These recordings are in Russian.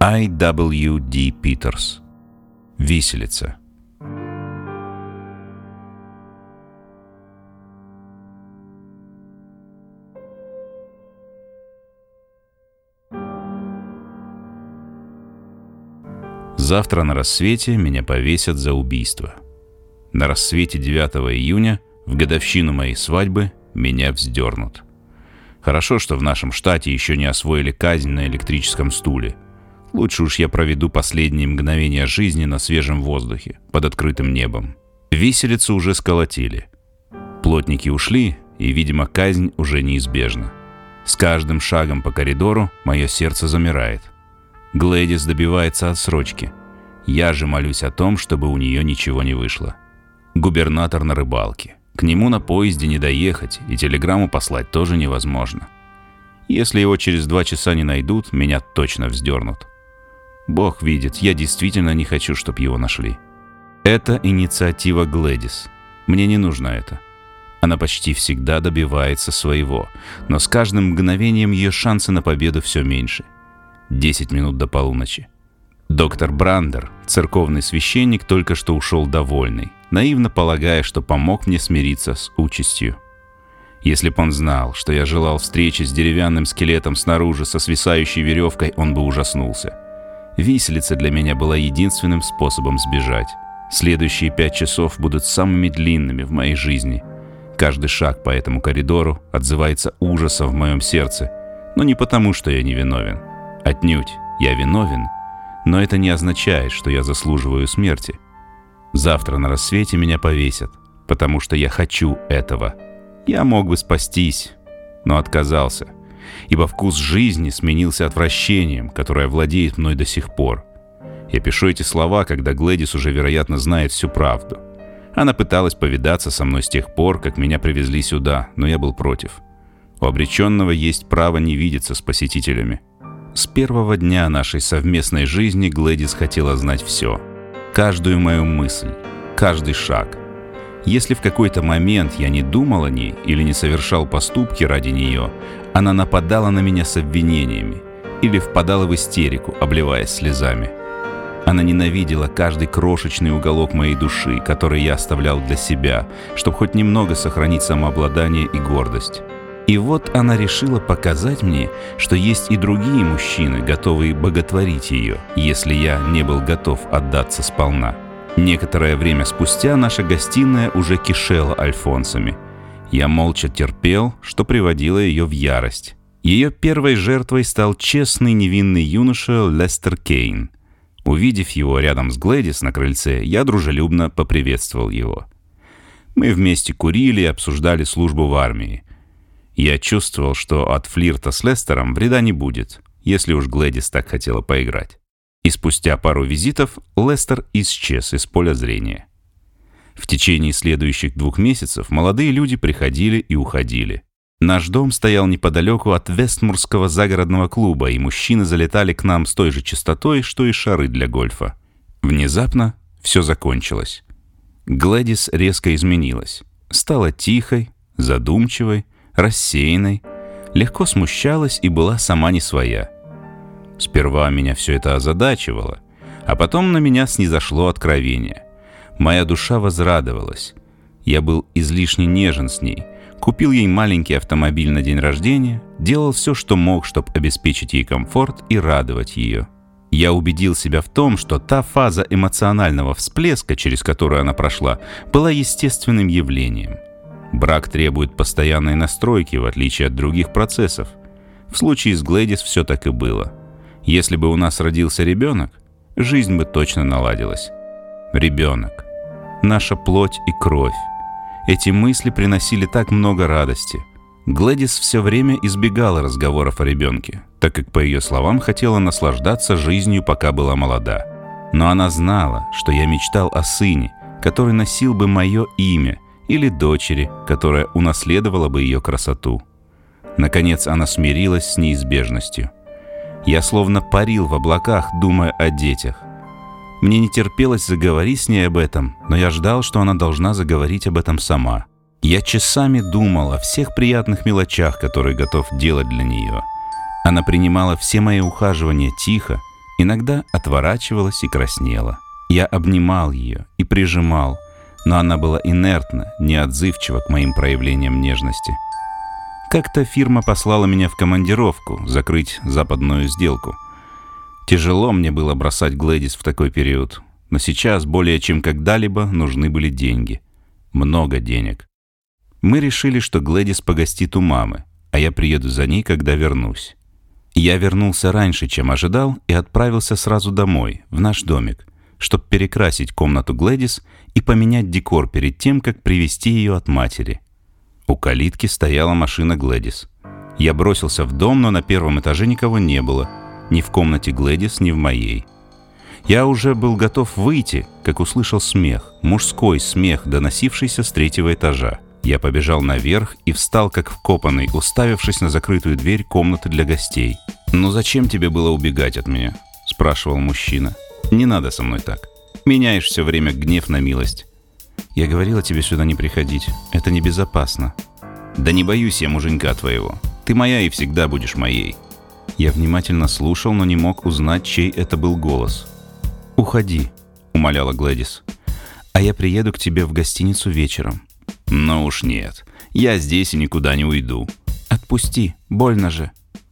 I.W.D. Питерс. Виселица. Завтра на рассвете меня повесят за убийство. На рассвете 9 июня, в годовщину моей свадьбы, меня вздернут. Хорошо, что в нашем штате еще не освоили казнь на электрическом стуле. Лучше уж я проведу последние мгновения жизни на свежем воздухе, под открытым небом. Виселицу уже сколотили. Плотники ушли, и, видимо, казнь уже неизбежна. С каждым шагом по коридору мое сердце замирает. Глэдис добивается отсрочки. Я же молюсь о том, чтобы у нее ничего не вышло. Губернатор на рыбалке. К нему на поезде не доехать, и телеграмму послать тоже невозможно. Если его через 2 часа не найдут, меня точно вздернут. Бог видит, я действительно не хочу, чтобы его нашли. Это инициатива Глэдис. Мне не нужно это. Она почти всегда добивается своего, но с каждым мгновением ее шансы на победу все меньше. 10 минут до полуночи. Доктор Брандер, церковный священник, только что ушел довольный, наивно полагая, что помог мне смириться с участью. Если б он знал, что я желал встречи с деревянным скелетом снаружи со свисающей веревкой, он бы ужаснулся. Виселица для меня была единственным способом сбежать. Следующие 5 часов будут самыми длинными в моей жизни. Каждый шаг по этому коридору отзывается ужасом в моем сердце, но не потому, что я невиновен. Отнюдь, я виновен, но это не означает, что я заслуживаю смерти. Завтра на рассвете меня повесят, потому что я хочу этого. Я мог бы спастись, но отказался, ибо вкус жизни сменился отвращением, которое владеет мной до сих пор. Я пишу эти слова, когда Глэдис уже, вероятно, знает всю правду. Она пыталась повидаться со мной с тех пор, как меня привезли сюда, но я был против. У обреченного есть право не видеться с посетителями. С первого дня нашей совместной жизни Глэдис хотела знать все. Каждую мою мысль, каждый шаг. Если в какой-то момент я не думал о ней или не совершал поступки ради нее, она нападала на меня с обвинениями или впадала в истерику, обливаясь слезами. Она ненавидела каждый крошечный уголок моей души, который я оставлял для себя, чтобы хоть немного сохранить самообладание и гордость. И вот она решила показать мне, что есть и другие мужчины, готовые боготворить ее, если я не был готов отдаться сполна. Некоторое время спустя наша гостиная уже кишела альфонсами. Я молча терпел, что приводило ее в ярость. Ее первой жертвой стал честный невинный юноша Лестер Кейн. Увидев его рядом с Глэдис на крыльце, я дружелюбно поприветствовал его. Мы вместе курили и обсуждали службу в армии. Я чувствовал, что от флирта с Лестером вреда не будет, если уж Глэдис так хотела поиграть. И спустя пару визитов Лестер исчез из поля зрения. В течение следующих 2 месяцев молодые люди приходили и уходили. Наш дом стоял неподалеку от Вестмурского загородного клуба, и мужчины залетали к нам с той же частотой, что и шары для гольфа. Внезапно все закончилось. Глэдис резко изменилась. Стала тихой, задумчивой, рассеянной, легко смущалась и была сама не своя. Сперва меня все это озадачивало, а потом на меня снизошло откровение. Моя душа возрадовалась. Я был излишне нежен с ней, купил ей маленький автомобиль на день рождения, делал все, что мог, чтобы обеспечить ей комфорт и радовать ее. Я убедил себя в том, что та фаза эмоционального всплеска, через которую она прошла, была естественным явлением. Брак требует постоянной настройки, в отличие от других процессов. В случае с Глэдис все так и было. Если бы у нас родился ребенок, жизнь бы точно наладилась. Ребенок. Наша плоть и кровь. Эти мысли приносили так много радости. Глэдис все время избегала разговоров о ребенке, так как, по ее словам, хотела наслаждаться жизнью, пока была молода. Но она знала, что я мечтал о сыне, который носил бы мое имя, или дочери, которая унаследовала бы ее красоту. Наконец она смирилась с неизбежностью. Я словно парил в облаках, думая о детях. Мне не терпелось заговорить с ней об этом, но я ждал, что она должна заговорить об этом сама. Я часами думал о всех приятных мелочах, которые готов делать для нее. Она принимала все мои ухаживания тихо, Иногда отворачивалась и краснела. Я обнимал ее и прижимал, но она была инертна, неотзывчива к моим проявлениям нежности. Как-то фирма послала меня в командировку закрыть западную сделку. Тяжело мне было бросать Глэдис в такой период, но сейчас более чем когда-либо нужны были деньги. Много денег. Мы решили, что Глэдис погостит у мамы, а я приеду за ней, когда вернусь. Я вернулся раньше, чем ожидал, и отправился сразу домой, в наш домик, чтобы перекрасить комнату Глэдис и поменять декор перед тем, как привезти ее от матери. У калитки стояла машина Глэдис. Я бросился в дом, но на первом этаже никого не было. Ни в комнате Глэдис, ни в моей. Я уже был готов выйти, как услышал смех, мужской смех, доносившийся с третьего этажа. Я побежал наверх и встал, как вкопанный, уставившись на закрытую дверь комнаты для гостей. «Ну зачем тебе было убегать от меня?» – спрашивал мужчина. «Не надо со мной так. Меняешь все время гнев на милость». «Я говорила тебе сюда не приходить. Это небезопасно». «Да не боюсь я муженька твоего. Ты моя и всегда будешь моей». Я внимательно слушал, но не мог узнать, чей это был голос. «Уходи», — умоляла Глэдис. «А я приеду к тебе в гостиницу вечером». «Ну уж нет. Я здесь и никуда не уйду». «Отпусти, больно же».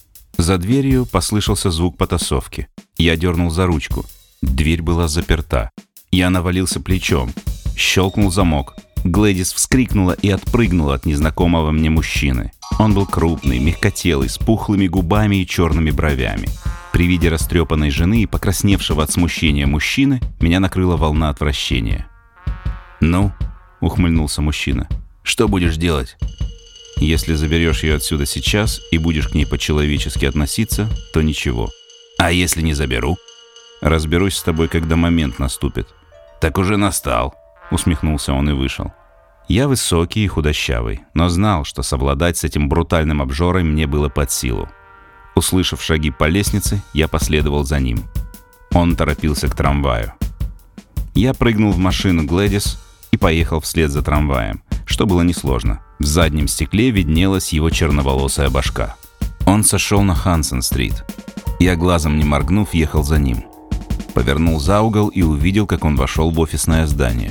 За дверью послышался звук потасовки. Я дернул за ручку. Дверь была заперта. Я навалился плечом. Щелкнул замок. Глэдис вскрикнула и отпрыгнула от незнакомого мне мужчины. Он был крупный, мягкотелый, с пухлыми губами и черными бровями. При виде растрепанной жены и покрасневшего от смущения мужчины меня накрыла волна отвращения. «Ну?» — ухмыльнулся мужчина. «Что будешь делать?» «Если заберешь ее отсюда сейчас и будешь к ней по-человечески относиться, то ничего». «А если не заберу?» «Разберусь с тобой, когда момент наступит». «Так уже настал», — усмехнулся он и вышел. Я высокий и худощавый, но знал, что совладать с этим брутальным обжорой мне было под силу. Услышав шаги по лестнице, я последовал за ним. Он торопился к трамваю. Я прыгнул в машину Глэдис и поехал вслед за трамваем, что было несложно. В заднем стекле виднелась его черноволосая башка. Он сошел на Хансен-стрит. Я, глазом не моргнув, ехал за ним. Повернул за угол и увидел, как он вошел в офисное здание.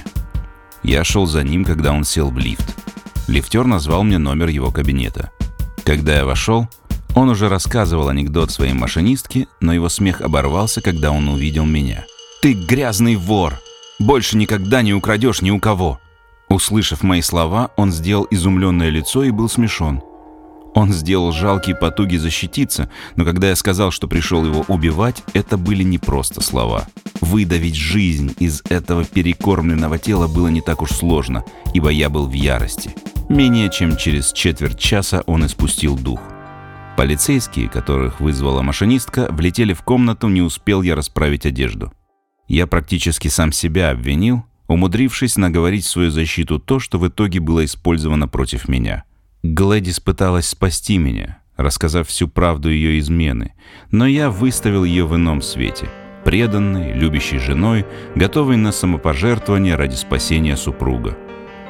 Я шел за ним, когда он сел в лифт. Лифтер назвал мне номер его кабинета. Когда я вошел, он уже рассказывал анекдот своей машинистке, но его смех оборвался, когда он увидел меня. «Ты грязный вор! Больше никогда не украдешь ни у кого!» Услышав мои слова, он сделал изумленное лицо и был смешон. Он сделал жалкие потуги защититься, но когда я сказал, что пришел его убивать, это были не просто слова. Выдавить жизнь из этого перекормленного тела было не так уж сложно, ибо я был в ярости. Менее чем через четверть часа он испустил дух. Полицейские, которых вызвала машинистка, влетели в комнату, не успел я расправить одежду. Я практически сам себя обвинил, умудрившись наговорить в свою защиту то, что в итоге было использовано против меня. Глэдис пыталась спасти меня, рассказав всю правду ее измены, но я выставил ее в ином свете. Преданной, любящей женой, готовой на самопожертвование ради спасения супруга.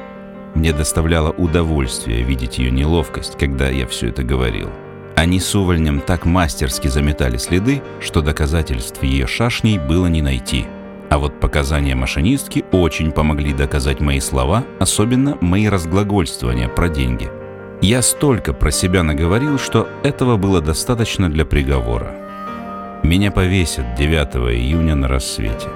Мне доставляло удовольствие видеть ее неловкость, когда я все это говорил. Они с увольнем так мастерски заметали следы, что доказательств ее шашней было не найти. А вот показания машинистки очень помогли доказать мои слова, особенно мои разглагольствования про деньги. Я столько про себя наговорил, что этого было достаточно для приговора. Меня повесят 9 июня на рассвете.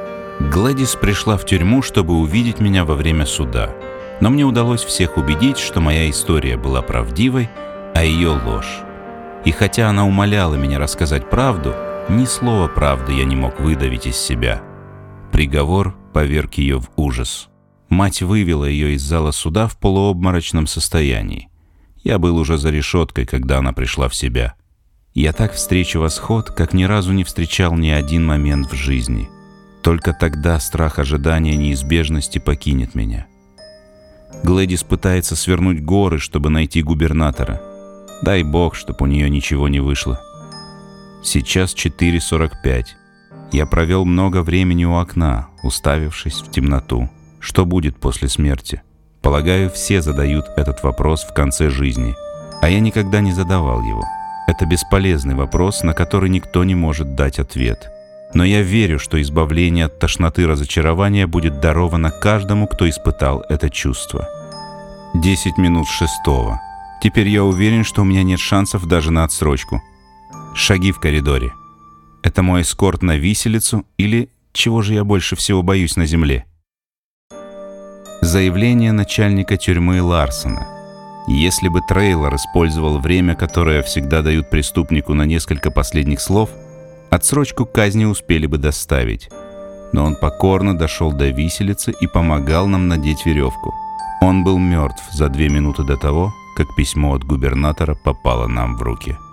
Глэдис пришла в тюрьму, чтобы увидеть меня во время суда, но мне удалось всех убедить, что моя история была правдивой, а ее ложь. И хотя она умоляла меня рассказать правду, ни слова правды я не мог выдавить из себя. Приговор поверг ее в ужас. Мать вывела ее из зала суда в полуобморочном состоянии. Я был уже за решеткой, когда она пришла в себя. Я так встречу восход, как ни разу не встречал ни один момент в жизни. Только тогда страх ожидания неизбежности покинет меня. Глэдис пытается свернуть горы, чтобы найти губернатора. Дай бог, чтоб у нее ничего не вышло. Сейчас 4:45. Я провел много времени у окна, уставившись в темноту. Что будет после смерти? Полагаю, все задают этот вопрос в конце жизни, а я никогда не задавал его. Это бесполезный вопрос, на который никто не может дать ответ. Но я верю, что избавление от тошноты разочарования будет даровано каждому, кто испытал это чувство. 10 минут 6. Теперь я уверен, что у меня нет шансов даже на отсрочку. Шаги в коридоре. Это мой эскорт на виселицу или чего же я больше всего боюсь на земле? Заявление начальника тюрьмы Ларсона. Если бы Трейлор использовал время, которое всегда дают преступнику на несколько последних слов, отсрочку казни успели бы доставить. Но он покорно дошел до виселицы и помогал нам надеть веревку. Он был мертв за 2 минуты до того, как письмо от губернатора попало нам в руки.